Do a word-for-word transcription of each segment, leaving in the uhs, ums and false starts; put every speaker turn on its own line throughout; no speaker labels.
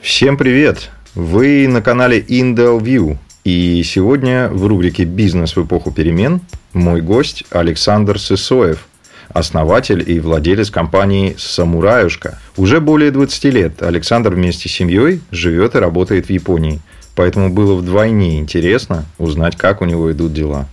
Всем привет! Вы на канале IndelView. И сегодня в рубрике «Бизнес в эпоху перемен» мой гость Александр Сысоев, основатель и владелец компании «Самураюшка». Уже более двадцати лет Александр вместе с семьей живет и работает в Японии. Поэтому было вдвойне интересно узнать, как у него идут дела.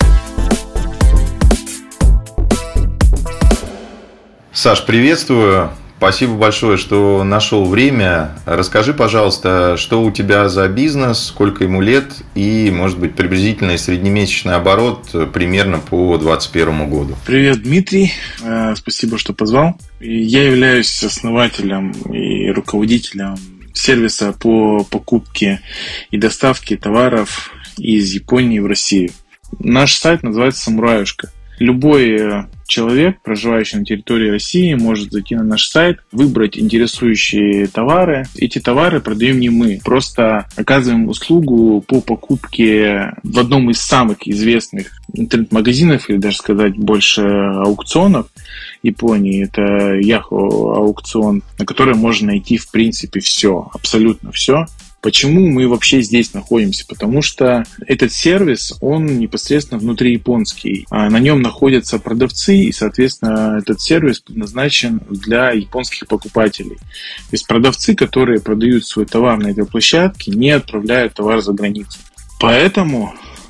Саш, приветствую. Спасибо большое, что нашел время. Расскажи, пожалуйста, что у тебя за бизнес, сколько ему лет и, может быть, приблизительный среднемесячный оборот примерно по двадцать первому году.
Привет, Дмитрий. Спасибо, что позвал. Я являюсь основателем и руководителем сервиса по покупке и доставке товаров из Японии в Россию. Наш сайт называется «Самураюшка». Любой человек, проживающий на территории России, может зайти на наш сайт, выбрать интересующие товары. Эти товары продаем не мы, просто оказываем услугу по покупке в одном из самых известных интернет-магазинов, или даже сказать больше аукционов Японии. Это Yahoo аукцион, на котором можно найти в принципе все, абсолютно все. Почему мы вообще здесь находимся? Потому что этот сервис, он непосредственно внутри японский. На нем находятся продавцы, и, соответственно, этот сервис предназначен для японских покупателей. То есть продавцы, которые продают свой товар на этой площадке, не отправляют товар за границу. Поэтому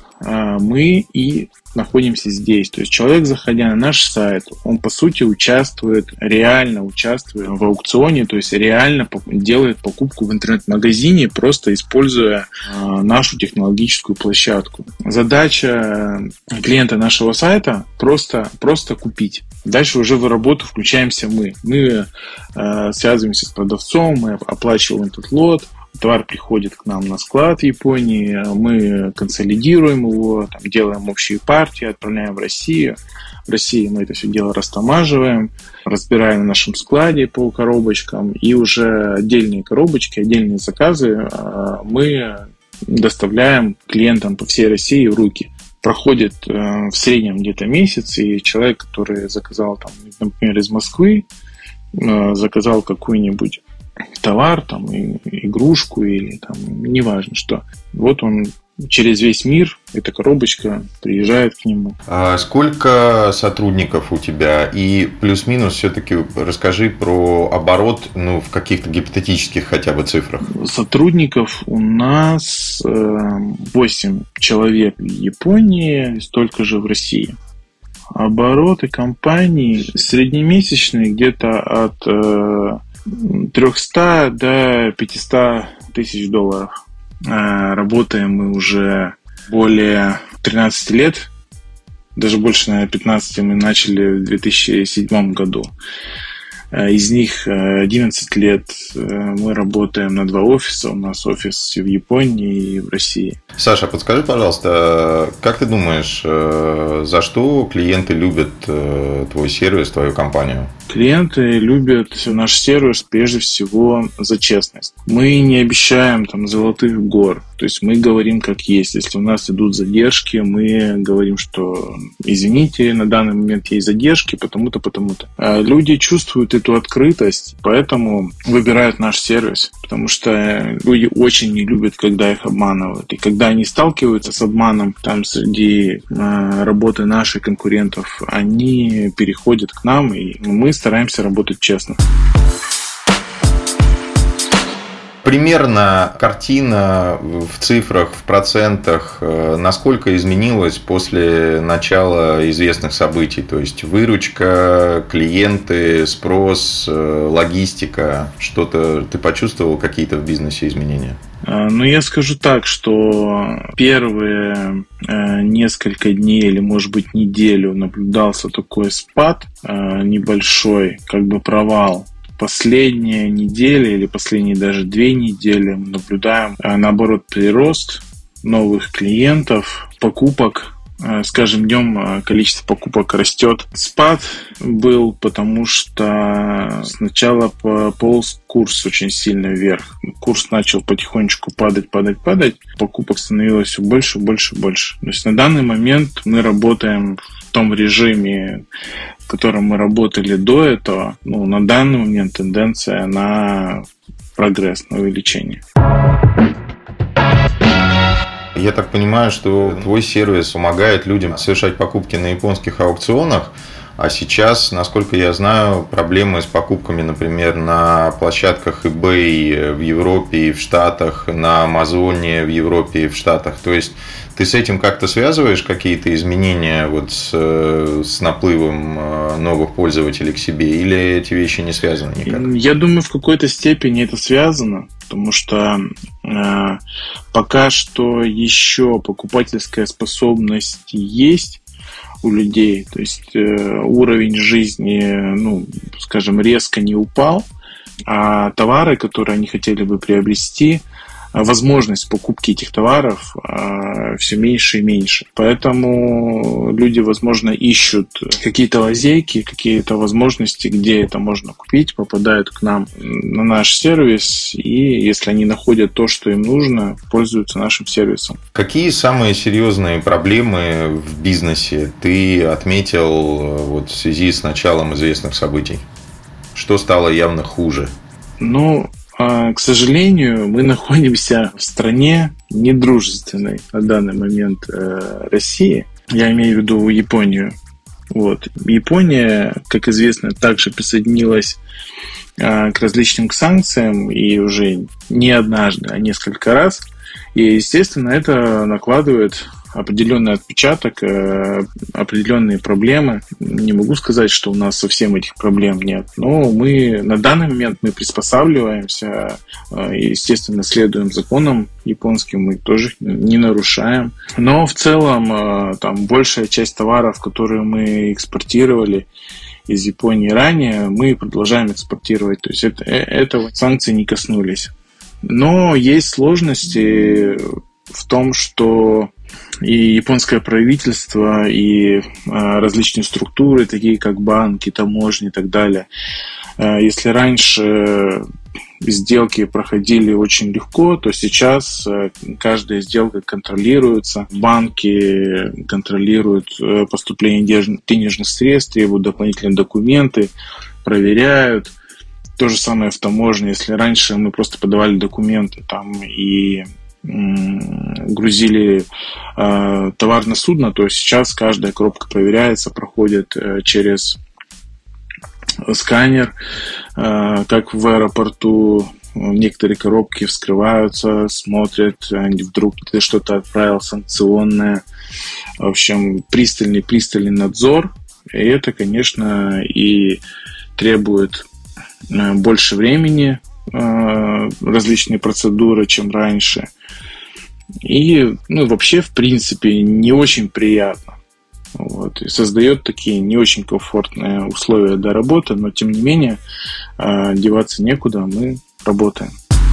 мы и находимся здесь. То есть человек, заходя на наш сайт, он по сути участвует, реально участвует в аукционе, то есть реально делает покупку в интернет-магазине, просто используя нашу технологическую площадку. Задача клиента нашего сайта просто, просто купить. Дальше уже в работу включаемся мы. Мы связываемся с продавцом, мы оплачиваем этот лот. Товар приходит к нам на склад в Японии, мы консолидируем его, там, делаем общие партии, отправляем в Россию. В России мы это все дело растамаживаем, разбираем на нашем складе по коробочкам, и уже отдельные коробочки, отдельные заказы мы доставляем клиентам по всей России в руки. Проходит в среднем где-то месяц, и человек, который заказал, там, например, из Москвы, заказал какую-нибудь товар, там, игрушку или там, неважно что. Вот он через весь мир, эта коробочка приезжает к нему.
А сколько сотрудников у тебя? И плюс-минус все-таки расскажи про оборот, ну, в каких-то гипотетических хотя бы цифрах.
Сотрудников у нас восемь человек в Японии, столько же в России. Обороты компании среднемесячные где-то от триста до пятьсот тысяч долларов. Работаем мы уже более тринадцать лет. Даже больше, наверное, пятнадцать мы начали в две тысячи седьмом году. Из них одиннадцать лет мы работаем на два офиса. У нас офис в Японии и в России.
Саша, подскажи, пожалуйста, как ты думаешь, за что клиенты любят твой сервис, твою компанию?
Клиенты любят наш сервис прежде всего за честность. Мы не обещаем там золотых гор. То есть мы говорим как есть. Если у нас идут задержки, мы говорим, что извините, на данный момент есть задержки, потому-то, потому-то. А люди чувствуют эту открытость, поэтому выбирают наш сервис. Потому что люди очень не любят, когда их обманывают. И когда они сталкиваются с обманом там среди э, работы наших конкурентов, они переходят к нам, и мы стараемся работать честно.
Примерно картина в цифрах, в процентах, насколько изменилась после начала известных событий? То есть выручка, клиенты, спрос, логистика. Что-то ты почувствовал, какие-то в бизнесе изменения?
Ну, я скажу так, что первые несколько дней или, может быть, неделю наблюдался такой спад небольшой, как бы провал. Последняя неделя или последние даже две недели мы наблюдаем, наоборот, прирост новых клиентов, покупок. С каждым днем количество покупок растет. Спад был, потому что сначала пополз курс очень сильно вверх. Курс начал потихонечку падать, падать, падать. Покупок становилось все больше, больше, больше. То есть на данный момент мы работаем в том режиме, в котором мы работали до этого. Ну, на данный момент тенденция, она прогресс, на увеличение.
Я так понимаю, что твой сервис помогает людям совершать покупки на японских аукционах, а сейчас, насколько я знаю, проблемы с покупками, например, на площадках eBay в Европе и в Штатах, на Амазоне в Европе и в Штатах. То есть ты с этим как-то связываешь какие-то изменения вот с, с наплывом новых пользователей к себе, или эти вещи не связаны никак?
Я думаю, в какой-то степени это связано, потому что э, пока что еще покупательская способность есть у людей, то есть э, уровень жизни, ну, скажем, резко не упал, а товары, которые они хотели бы приобрести, возможность покупки этих товаров э, все меньше и меньше. Поэтому люди, возможно, ищут какие-то лазейки, какие-то возможности, где это можно купить, попадают к нам на наш сервис, и если они находят то, что им нужно, пользуются нашим сервисом.
Какие самые серьезные проблемы в бизнесе ты отметил вот в связи с началом известных событий? Что стало явно хуже?
Ну, к сожалению, мы находимся в стране недружественной на данный момент России. Я имею в виду Японию. Вот. Япония, как известно, также присоединилась к различным санкциям, и уже не однажды, а несколько раз. И, естественно, это накладывает определенный отпечаток, определенные проблемы. Не могу сказать, что у нас совсем этих проблем нет, но мы на данный момент мы приспосабливаемся, естественно, следуем законам японским, мы тоже не нарушаем. Но в целом там большая часть товаров, которые мы экспортировали из Японии ранее, мы продолжаем экспортировать. То есть это, этого санкции не коснулись. Но есть сложности в том, что и японское правительство, и а, различные структуры, такие как банки, таможни и так далее. А, если раньше сделки проходили очень легко, то сейчас а, каждая сделка контролируется. Банки контролируют а, поступление денежных средств, требуют дополнительные документы, проверяют. То же самое в таможне. Если раньше мы просто подавали документы там и грузили э, товар на судно, то сейчас каждая коробка проверяется, проходит э, через сканер, э, как в аэропорту. Некоторые коробки вскрываются, смотрят, вдруг ты что-то отправил санкционное. В общем, пристальный-пристальный надзор. И это, конечно, и требует э, больше времени, э, различные процедуры, чем раньше. И, ну, вообще, в принципе, не очень приятно. Вот. И создает такие не очень комфортные условия для работы, но, тем не менее, деваться некуда, мы работаем.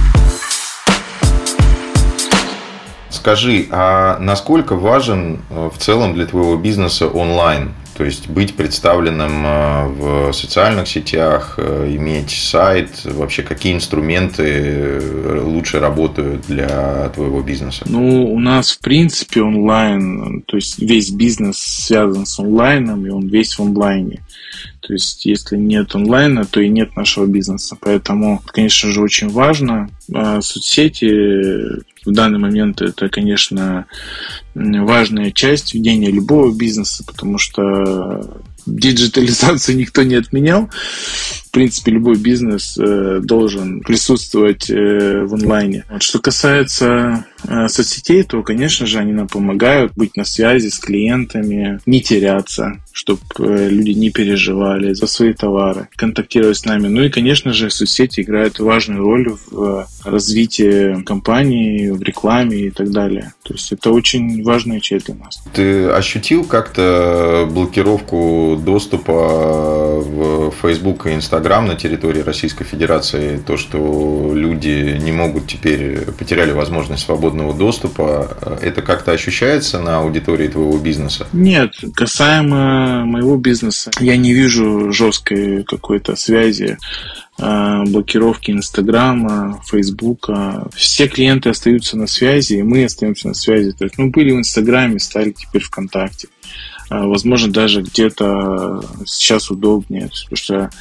Скажи, а насколько важен в целом для твоего бизнеса онлайн? То есть быть представленным в социальных сетях, иметь сайт, вообще какие инструменты лучше работают для твоего бизнеса?
Ну, у нас в принципе онлайн, то есть весь бизнес связан с онлайном, и он весь в онлайне. То есть, если нет онлайна, то и нет нашего бизнеса. Поэтому, конечно же, очень важно. Соцсети в данный момент это, конечно, важная часть ведения любого бизнеса, потому что диджитализацию никто не отменял. В принципе, любой бизнес должен присутствовать в онлайне. Вот, что касается соцсетей, то, конечно же, они нам помогают быть на связи с клиентами, не теряться, чтобы люди не переживали за свои товары, контактировать с нами. Ну и, конечно же, соцсети играют важную роль в развитии компании, в рекламе и так далее. То есть это очень важная часть для нас.
Ты ощутил как-то блокировку доступа в Facebook и Instagram на территории Российской Федерации? То, что люди не могут теперь, потеряли возможность свободного доступа, это как-то ощущается на аудитории твоего бизнеса?
Нет, касаемо моего бизнеса, я не вижу жесткой какой-то связи, блокировки Инстаграма, Фейсбука. Все клиенты остаются на связи, и мы остаемся на связи. То есть мы были в Инстаграме, стали теперь ВКонтакте. Возможно, даже где-то сейчас удобнее, потому что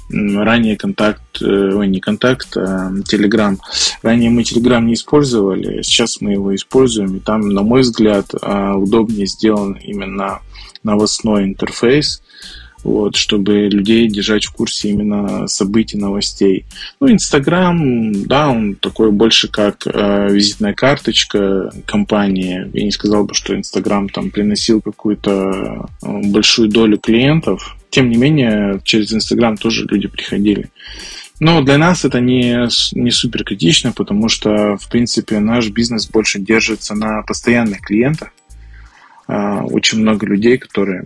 ранее контакт, ой, не контакт, а Telegram. Ранее мы Telegram не использовали, сейчас мы его используем, и там, на мой взгляд, удобнее сделан именно новостной интерфейс, вот, чтобы людей держать в курсе именно событий, новостей. Ну, Инстаграм, да, он такой больше как э, визитная карточка компании. Я не сказал бы, что Инстаграм там приносил какую-то э, большую долю клиентов. Тем не менее, через Инстаграм тоже люди приходили. Но для нас это не, не супер критично, потому что, в принципе, наш бизнес больше держится на постоянных клиентах. Э, очень много людей, которые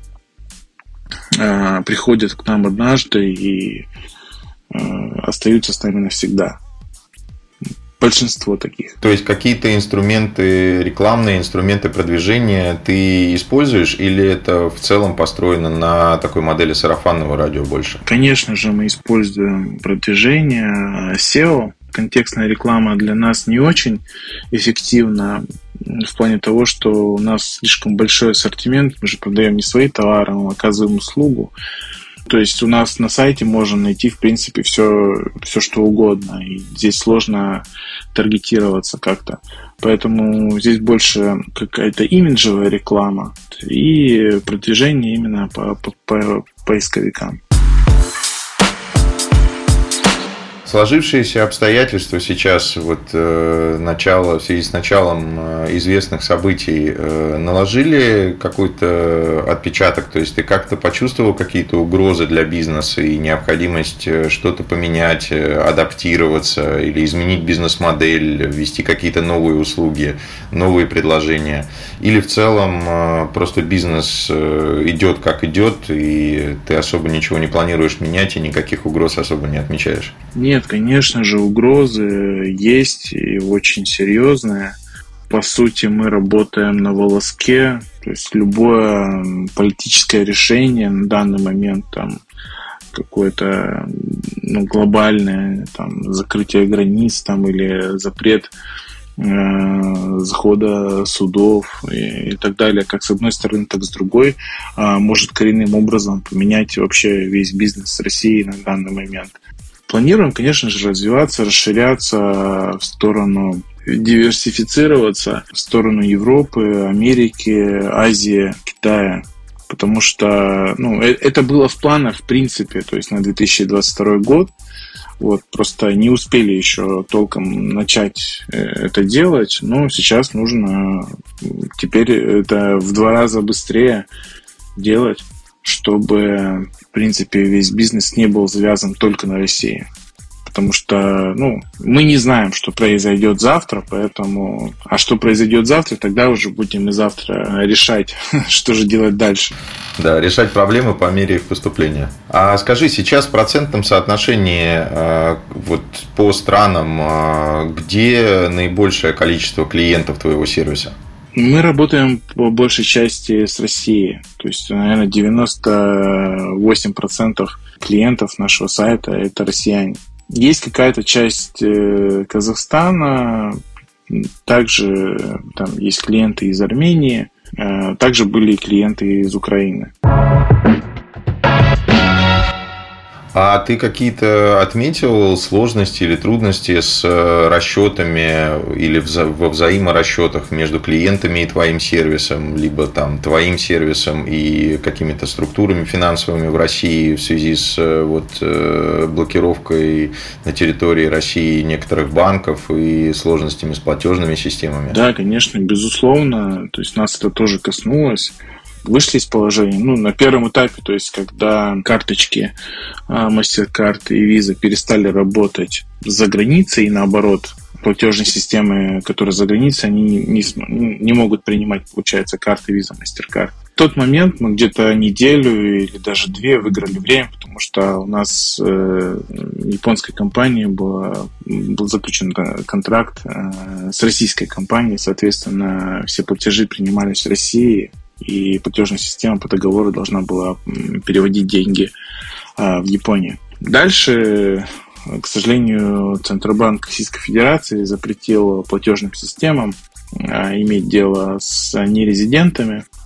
приходят к нам однажды и э, остаются с нами навсегда. Большинство таких.
То есть какие-то инструменты, рекламные инструменты продвижения ты используешь, или это в целом построено на такой модели сарафанного радио больше?
Конечно же, мы используем продвижение. сео, контекстная реклама, для нас не очень эффективна в плане того, что у нас слишком большой ассортимент, мы же продаем не свои товары, мы оказываем услугу. То есть у нас на сайте можно найти, в принципе, все, все что угодно, и здесь сложно таргетироваться как-то. Поэтому здесь больше какая-то имиджевая реклама и продвижение именно по, по, по поисковикам.
Сложившиеся обстоятельства сейчас, вот, э, начало, в связи с началом э, известных событий, э, наложили какой-то отпечаток? То есть ты как-то почувствовал какие-то угрозы для бизнеса и необходимость что-то поменять, адаптироваться или изменить бизнес-модель, ввести какие-то новые услуги, новые предложения? Или в целом э, просто бизнес э, идет как идет, и ты особо ничего не планируешь менять и никаких угроз особо не отмечаешь?
Нет, конечно же, угрозы есть и очень серьезные. По сути, мы работаем на волоске, то есть любое политическое решение на данный момент, там, какое-то ну, глобальное там, закрытие границ там, или запрет э, захода судов и, и так далее, как с одной стороны, так с другой, э, может коренным образом поменять вообще весь бизнес России на данный момент. Планируем, конечно же, развиваться, расширяться в сторону, диверсифицироваться в сторону Европы, Америки, Азии, Китая. Потому что ну, это было в планах, в принципе, то есть на две тысячи двадцать второй год. Вот, просто не успели еще толком начать это делать, но сейчас нужно теперь это в два раза быстрее делать, чтобы, в принципе, весь бизнес не был завязан только на России. Потому что, ну, мы не знаем, что произойдет завтра, поэтому... А что произойдет завтра, тогда уже будем и завтра решать, что же делать дальше.
Да, решать проблемы по мере их поступления. А скажи, сейчас в процентном соотношении вот по странам, где наибольшее количество клиентов твоего сервиса?
Мы работаем по большей части с Россией. То есть, наверное, девяносто восемь процентов клиентов нашего сайта – это россияне. Есть какая-то часть Казахстана, также там есть клиенты из Армении, также были клиенты из Украины.
А ты какие-то отметил сложности или трудности с расчетами или во взаиморасчетах между клиентами и твоим сервисом, либо там твоим сервисом и какими-то структурами финансовыми в России в связи с вот, блокировкой на территории России некоторых банков и сложностями с платежными системами?
Да, конечно, безусловно. То есть нас это тоже коснулось. Вышли из положения. Ну, на первом этапе, то есть, когда карточки MasterCard и Visa перестали работать за границей, и наоборот, платежные системы, которые за границей, они не, не могут принимать, получается, карты Visa, MasterCard. В тот момент мы где-то неделю или даже две выиграли время, потому что у нас э, японской компанией была, был заключен контракт э, с российской компанией, соответственно, все платежи принимались в России, и платежная система по договору должна была переводить деньги в Японию. Дальше, к сожалению, Центробанк Российской Федерации запретил платежным системам иметь дело с нерезидентами.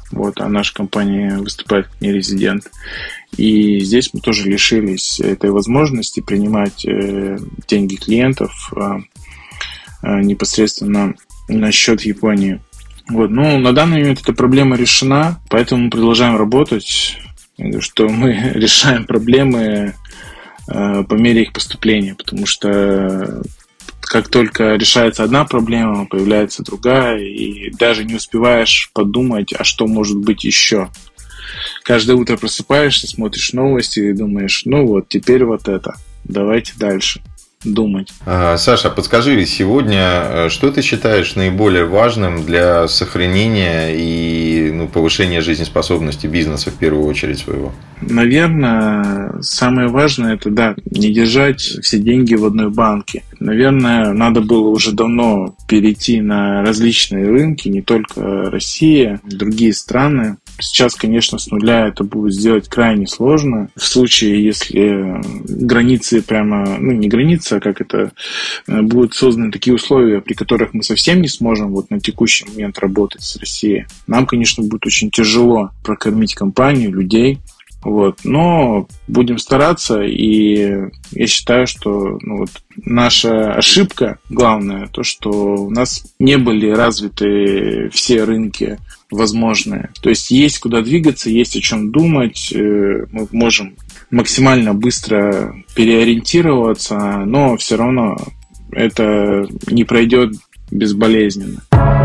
Вот, а наша компания выступает как нерезидент. И здесь мы тоже лишились этой возможности принимать деньги клиентов непосредственно на счет Японии. Вот, ну, на данный момент эта проблема решена, поэтому мы продолжаем работать, что мы решаем проблемы э, по мере их поступления, потому что как только решается одна проблема, появляется другая, и даже не успеваешь подумать, а что может быть еще. Каждое утро просыпаешься, смотришь новости и думаешь, ну вот, теперь вот это, давайте дальше думать.
Саша, подскажи, сегодня что ты считаешь наиболее важным для сохранения и ну, повышения жизнеспособности бизнеса в первую очередь своего?
Наверное, самое важное это, да, не держать все деньги в одной банке. Наверное, надо было уже давно перейти на различные рынки, не только Россия, другие страны. Сейчас, конечно, с нуля это будет сделать крайне сложно. В случае, если границы прямо, ну не границы, а как это, будут созданы такие условия, при которых мы совсем не сможем вот на текущий момент работать с Россией, нам, конечно, будет очень тяжело прокормить компанию, людей. Вот. Но будем стараться, и я считаю, что ну, вот, наша ошибка главная, то, что у нас не были развиты все рынки возможные. То есть есть куда двигаться, есть о чем думать, мы можем максимально быстро переориентироваться, но все равно это не пройдет безболезненно.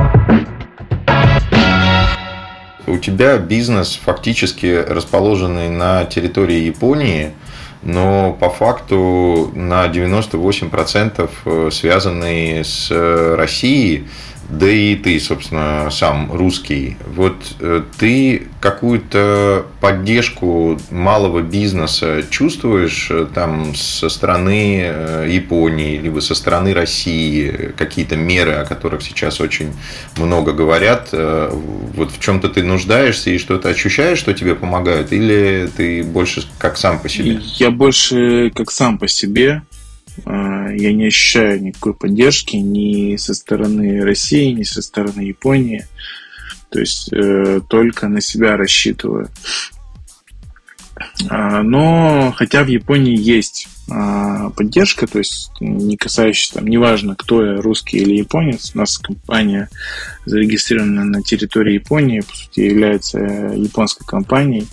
У тебя бизнес фактически расположенный на территории Японии, но по факту на девяносто восемь процентов связанный с Россией, да и ты, собственно, сам русский. Вот ты какую-то поддержку малого бизнеса чувствуешь там со стороны Японии, либо со стороны России, какие-то меры, о которых сейчас очень много говорят? Вот в чем-то ты нуждаешься и что-то ощущаешь, что тебе помогают, или ты больше как сам по себе?
Я больше как сам по себе. Я не ощущаю никакой поддержки ни со стороны России, ни со стороны Японии. То есть э, только на себя рассчитываю. Но хотя в Японии есть э, поддержка, то есть не касающаяся, там, неважно, кто я, русский или японец, у нас компания зарегистрирована на территории Японии, по сути, является японской компанией.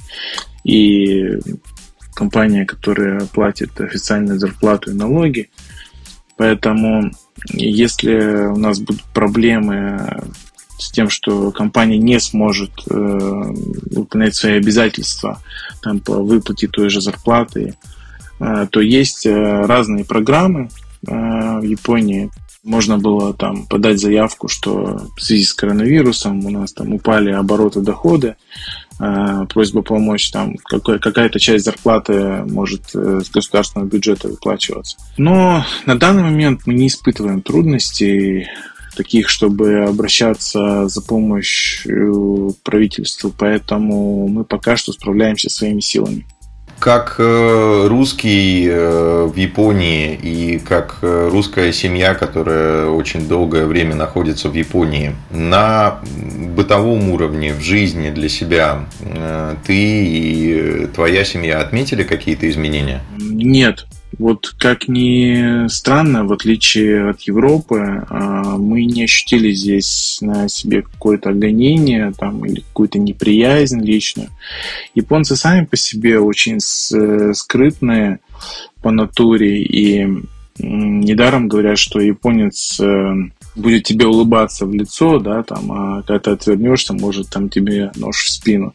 И компания, которая платит официальную зарплату и налоги. Поэтому, если у нас будут проблемы с тем, что компания не сможет э, выполнять свои обязательства там, по выплате той же зарплаты, э, то есть э, разные программы э, в Японии. Можно было там подать заявку, что в связи с коронавирусом у нас там упали обороты, доходы, просьба помочь, там какая-то часть зарплаты может с государственного бюджета выплачиваться. Но на данный момент мы не испытываем трудностей таких, чтобы обращаться за помощью к правительству, поэтому мы пока что справляемся своими силами.
Как русский в Японии и как русская семья, которая очень долгое время находится в Японии, на бытовом уровне, в жизни для себя, ты и твоя семья отметили какие-то изменения? Нет.
Вот как ни странно, в отличие от Европы, мы не ощутили здесь на себе какое-то гонение там, или какую-то неприязнь личную. Японцы сами по себе очень скрытные по натуре, и недаром говорят, что японец будет тебе улыбаться в лицо, да, там, а когда ты отвернешься, может там тебе нож в спину.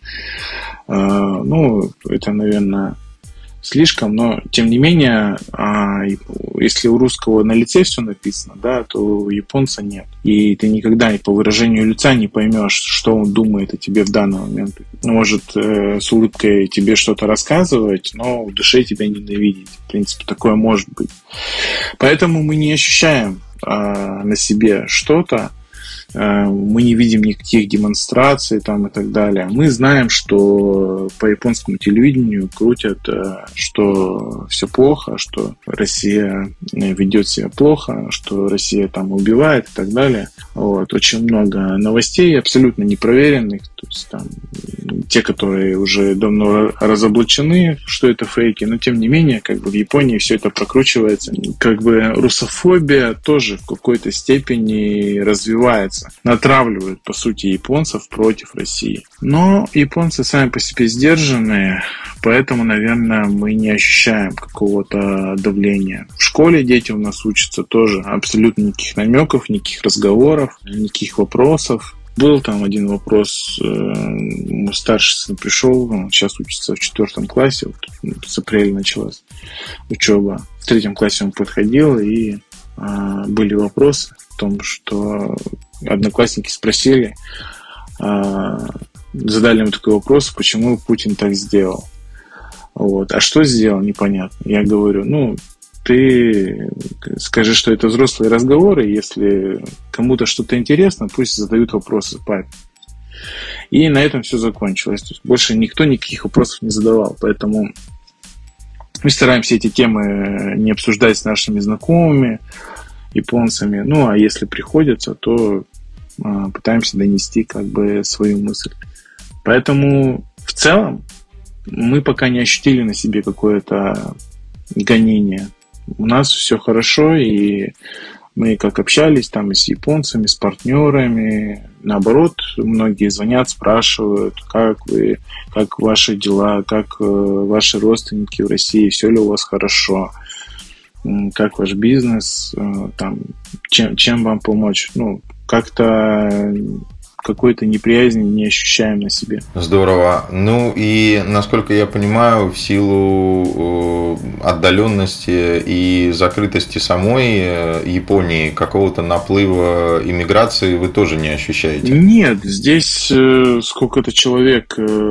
Ну, это, наверное, слишком, но тем не менее, если у русского на лице все написано, да, то у японца нет. И ты никогда по выражению лица не поймешь, что он думает о тебе в данный момент. Может с улыбкой тебе что-то рассказывать, но в душе тебя ненавидеть. В принципе, такое может быть. Поэтому мы не ощущаем на себе что-то, Мы не видим никаких демонстраций там и так далее. Мы знаем, что по японскому телевидению крутят, что все плохо, что Россия ведет себя плохо, что Россия там убивает и так далее. Вот. Очень много новостей абсолютно непроверенных. То есть там те, которые уже давно разоблачены, что это фейки, но тем не менее, как бы в Японии все это прокручивается. Как бы русофобия тоже в какой-то степени развивается. Натравливают, по сути, японцев против России. Но японцы сами по себе сдержанные, поэтому, наверное, мы не ощущаем какого-то давления. В школе дети у нас учатся тоже. Абсолютно никаких намеков, никаких разговоров, никаких вопросов. Был там один вопрос, мой старший сын пришел, он сейчас учится в четвертом классе, вот, с апреля началась учеба. В третьем классе он подходил, и а, были вопросы о том, что одноклассники спросили, а, задали ему такой вопрос, почему Путин так сделал. Вот. А что сделал, непонятно. Я говорю, ну, ты скажи, что это взрослые разговоры, если кому-то что-то интересно, пусть задают вопросы папе. И на этом все закончилось. То есть больше никто никаких вопросов не задавал. Поэтому мы стараемся эти темы не обсуждать с нашими знакомыми, японцами. Ну, а если приходится, то а, пытаемся донести как бы свою мысль. Поэтому в целом мы пока не ощутили на себе какое-то гонение. У нас все хорошо, и мы как общались там и с японцами, с партнерами. Наоборот, многие звонят, спрашивают, как вы, как ваши дела, как ваши родственники в России, все ли у вас хорошо, как ваш бизнес, там, чем, чем вам помочь. Ну, как-то какой-то неприязни не ощущаем на себе.
Здорово. Ну и, насколько я понимаю, в силу отдаленности и закрытости самой Японии какого-то наплыва иммиграции вы тоже не ощущаете?
Нет, здесь сколько-то человек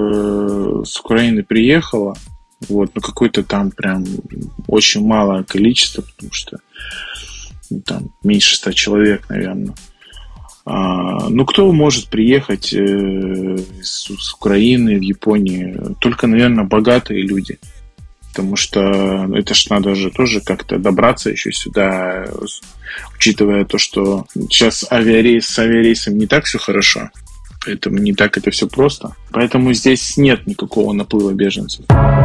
с Украины приехало, вот, ну какое-то там прям очень малое количество, потому что ну, там меньше ста человек, наверное. Ну, кто может приехать с Украины в Японию? Только, наверное, богатые люди. Потому что это ж надо же тоже как-то добраться еще сюда, учитывая то, что сейчас авиарейс, с авиарейсом не так все хорошо. Поэтому не так это все просто. Поэтому здесь нет никакого наплыва беженцев.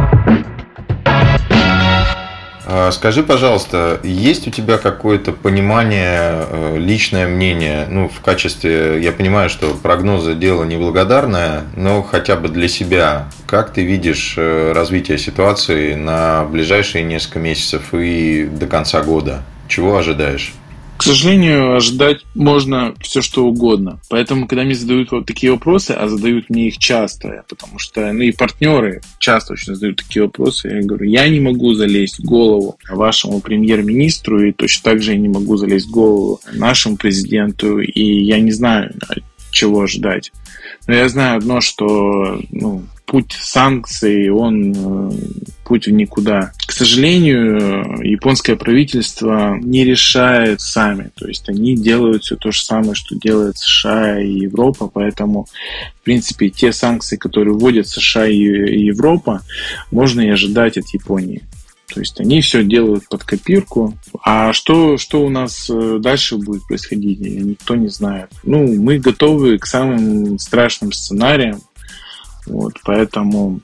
Скажи, пожалуйста, есть у тебя какое-то понимание, личное мнение, ну, в качестве, я понимаю, что прогнозы дело неблагодарное, но хотя бы для себя, как ты видишь развитие ситуации на ближайшие несколько месяцев и до конца года? Чего ожидаешь?
К сожалению, ожидать можно все что угодно. Поэтому, когда мне задают вот такие вопросы, а задают мне их часто, потому что, ну и партнеры часто очень задают такие вопросы, я говорю, я не могу залезть в голову вашему премьер-министру, и точно так же я не могу залезть в голову нашему президенту, и я не знаю, чего ожидать. Но я знаю одно, что ну, путь санкций, он путь в никуда. К сожалению, японское правительство не решает сами. То есть они делают все то же самое, что делает США и Европа. Поэтому, в принципе, те санкции, которые вводят США и Европа, можно и ожидать от Японии. То есть они все делают под копирку. А что, что у нас дальше будет происходить, никто не знает. Ну, мы готовы к самым страшным сценариям. Вот, поэтому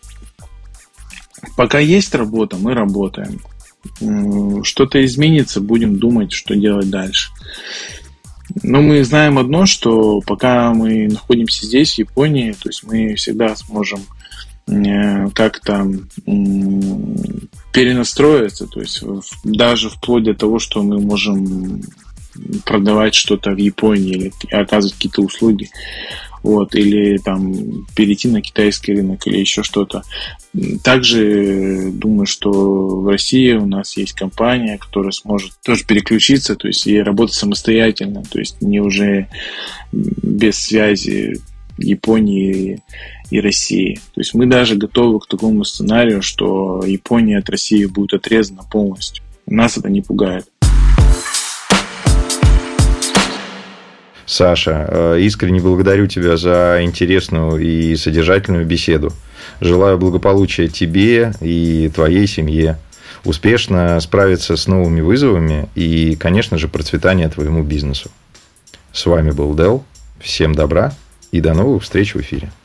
пока есть работа, мы работаем. Что-то изменится, будем думать, что делать дальше. Но мы знаем одно, что пока мы находимся здесь, в Японии, то есть мы всегда сможем как-то перенастроиться, то есть даже вплоть до того, что мы можем продавать что-то в Японии или оказывать какие-то услуги, вот, или там перейти на китайский рынок или еще что-то. Также думаю, что в России у нас есть компания, которая сможет тоже переключиться, то есть и работать самостоятельно, то есть не уже без связи Японии и России. То есть мы даже готовы к такому сценарию, что Япония от России будет отрезана полностью. Нас это не пугает.
Саша, искренне благодарю тебя за интересную и содержательную беседу. Желаю благополучия тебе и твоей семье, успешно справиться с новыми вызовами и, конечно же, процветания твоему бизнесу. С вами был Дэл. Всем добра и до новых встреч в эфире.